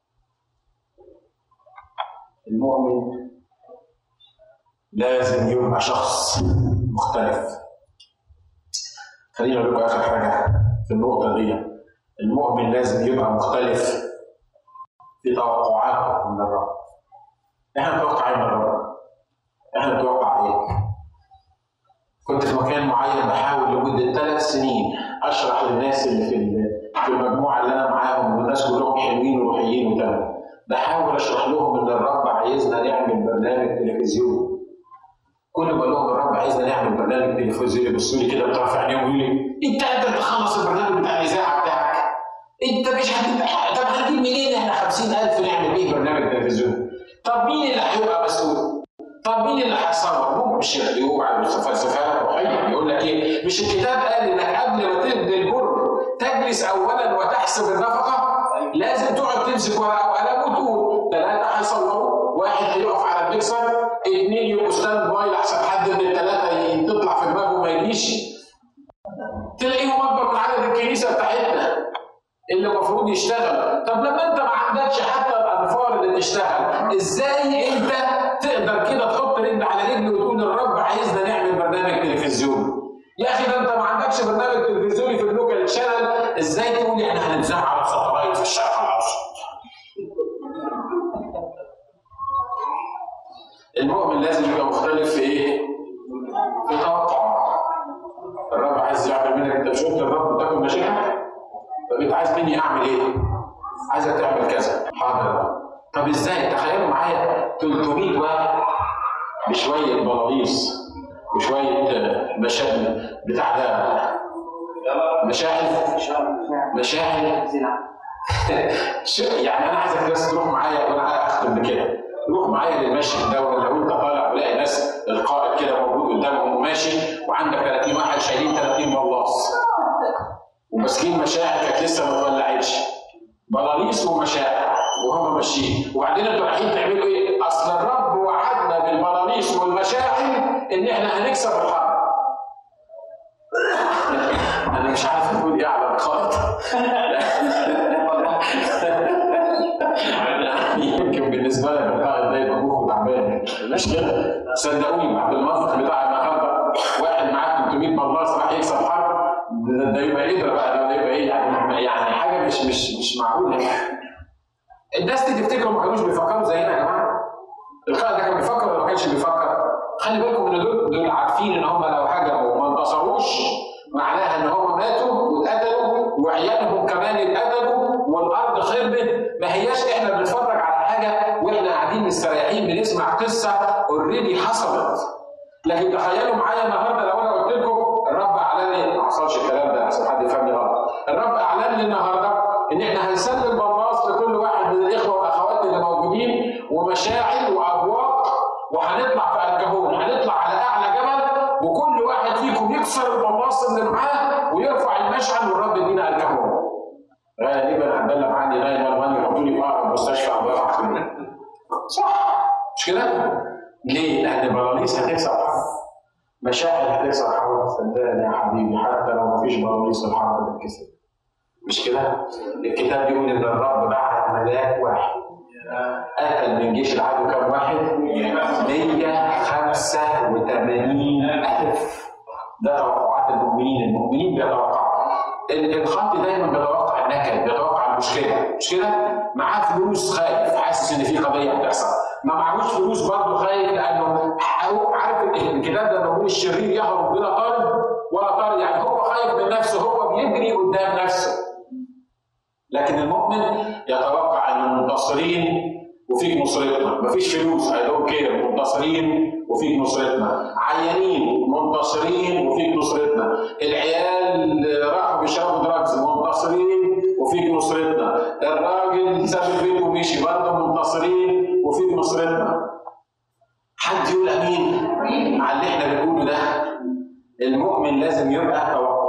المؤمن لازم يبقى شخص مختلف. خلينا نقول اخر حاجه في النقطه دي، المؤمن لازم يبقى مختلف في توقعاته من الرب. احنا نتوقع ايه من الرب؟ احنا نتوقع ايه؟ كنت في مكان معين بحاول لمده 3 سنين اشرح للناس اللي في المجموعه اللي انا معاهم، والناس كلهم حلوين وروحيين وتمام، بحاول اشرح لهم ان الرب عايزنا نعمل برنامج تلفزيوني. كل ما اقول لهم الرب عايزنا نعمل برنامج تلفزيوني يبصوا لي كده بطرف عينيهم ويقولوا لي انت قادر تخلص البرنامج بتاع الاذاعه بتاعك؟ انت مش طب هنجيب منين احنا 50,000 نعمل بيه برنامج تلفزيوني؟ طب مين اللي هيبقى مسؤول؟ طب مين اللي هيصور؟ مو مش يوعى فلسفه روحيه يقول لك ايه؟ مش الكتاب قال انك قبل ما تبني البرج تجلس اولا وتحسب النفقه؟ لازم تقعد تمسك ورقه وقلم وتقول 3 هيصوروا، 1 هيقف على المكسر، 2 يبقوا ستاند باي لحسن حد من ال3 تطلع في دماغه ما يجيش. تلاقيهم اكبر من عدد الكنيسه بتاعتنا اللي المفروض يشتغل. طب لما انت ما عندكش حتى الانفار اللي تشتغل، ازاي انت تقدر كده تحط رجل على رجل وتقول الرب عايزنا نعمل برنامج تلفزيوني؟ يا اخي ده انت ما عندكش برنامج تلفزيوني في اللوكال شانل، ازاي تقول احنا هنتذاع على ساتلايت في الشرق الاوسط؟ المؤمن لازم يبقى مختلف في ايه؟ في توقعه. الرب عايز يعمل منك، انت مش قلت الرب تاكل مشاعرك؟ طب انت عايز مني اعمل ايه؟ عايزك تعمل كذا. حاضر. طب ازاي؟ تخيلوا معايا 300 واحد بشويه بلاويص وشويه بتاع ده مشاعر يعني انا عايزك بس تروح معايا وانا اختم بكده. روح معايا للمشهد ده، لو انت طالع ولاقي ناس القائد كده موجود قدامهم وماشي وعندك 30 واحد شايلين 30 بلاص وماسكين مشاعر كانت لسه ما اتولعتش، بلاليص ومشاعر وهم ماشيين، وبعدين انتوا رايحين تعملوا ايه؟ اصل الرب وعدنا بالبلاليص والمشاعر ان احنا هنكسب الحرب. انا مش عارف اقول ايه على القائد. يمكن بالنسبه لك القائد ده يبقى مخه تعبان، مش كده؟ صدقوني بعد المنطق بتاع النهارده واحد معاه 300 بلاص راح يكسب حرب، ده يبقى قدره بقى، ده يبقى ايه يعني حاجه مش معقوله. الناس دي تفتكروا ما كانوش بيفكروا زينا يا جماعه؟ القائد ده كان بيفكر ولا ما كانش بيفكر؟ خلي بالكم ان دول عارفين ان هم لو هجموا وما انتصروش معناها ان هم ماتوا واتقتلوا وعيالهم كمان اتقتلوا والارض خربت. ما هياش احنا بنتفرج على حاجه واحنا قاعدين مستريحين بنسمع قصه اوريدي حصلت. لكن تخيلوا معايا النهارده لو انا قلت لكم الرب اعلن لي، ما حصلش الكلام ده عشان حد يفهمني غلط، الرب اعلن لي النهارده ان احنا هنسلم بلاص لكل واحد من الاخوه والاخوات اللي موجودين ومشاعل وابواق وهنطلع في الكهون، هنطلع على اعلى جبل، وكل واحد فيكم يكسر البلاص اللي معاه ويرفع المشعل والرب يدينا الكهون. غالبا هنبلغ عني 911 يحطوني في اقرب مستشفى او ضيعه كلمه. صح؟ مش كده؟ ليه؟ لان بلاليس هتكسر حرب. مشاعل هتكسر حرب، صدقني يا حبيبي، حتى لو مفيش بلاليس الحرب بتتكسر. مش كده؟ الكتاب بيقول ان الرب بعت ملاك واحد قتل من جيش العدو كم واحد؟ 185,000. ده توقعات المؤمنين، المؤمنين بيتوقعوا. الخاطئ دايما بيتوقع النكد، بيتوقع المشكله، مش كده؟ معاه فلوس خايف، حاسس ان في قضيه هتحصل، ما معهوش فلوس برضه خايف، لانه هو عارف الكتاب ده بيقول الشرير يهرب بلا طارد ولا طارد، يعني هو خايف من نفسه، هو بيجري قدام نفسه. لكن المؤمن يتوقع ان المنتصرين وفيك نصرتنا، مفيش فلوس I don't care، منتصرين وفيك نصرتنا، عيانين منتصرين وفيك نصرتنا، العيال راحوا بيشربوا دراجز منتصرين وفيك نصرتنا، الراجل ساب البيت ومشي برضه منتصرين وفيك نصرتنا. حد يقول امين على اللي احنا بنقوله ده؟ المؤمن لازم يبقى توقع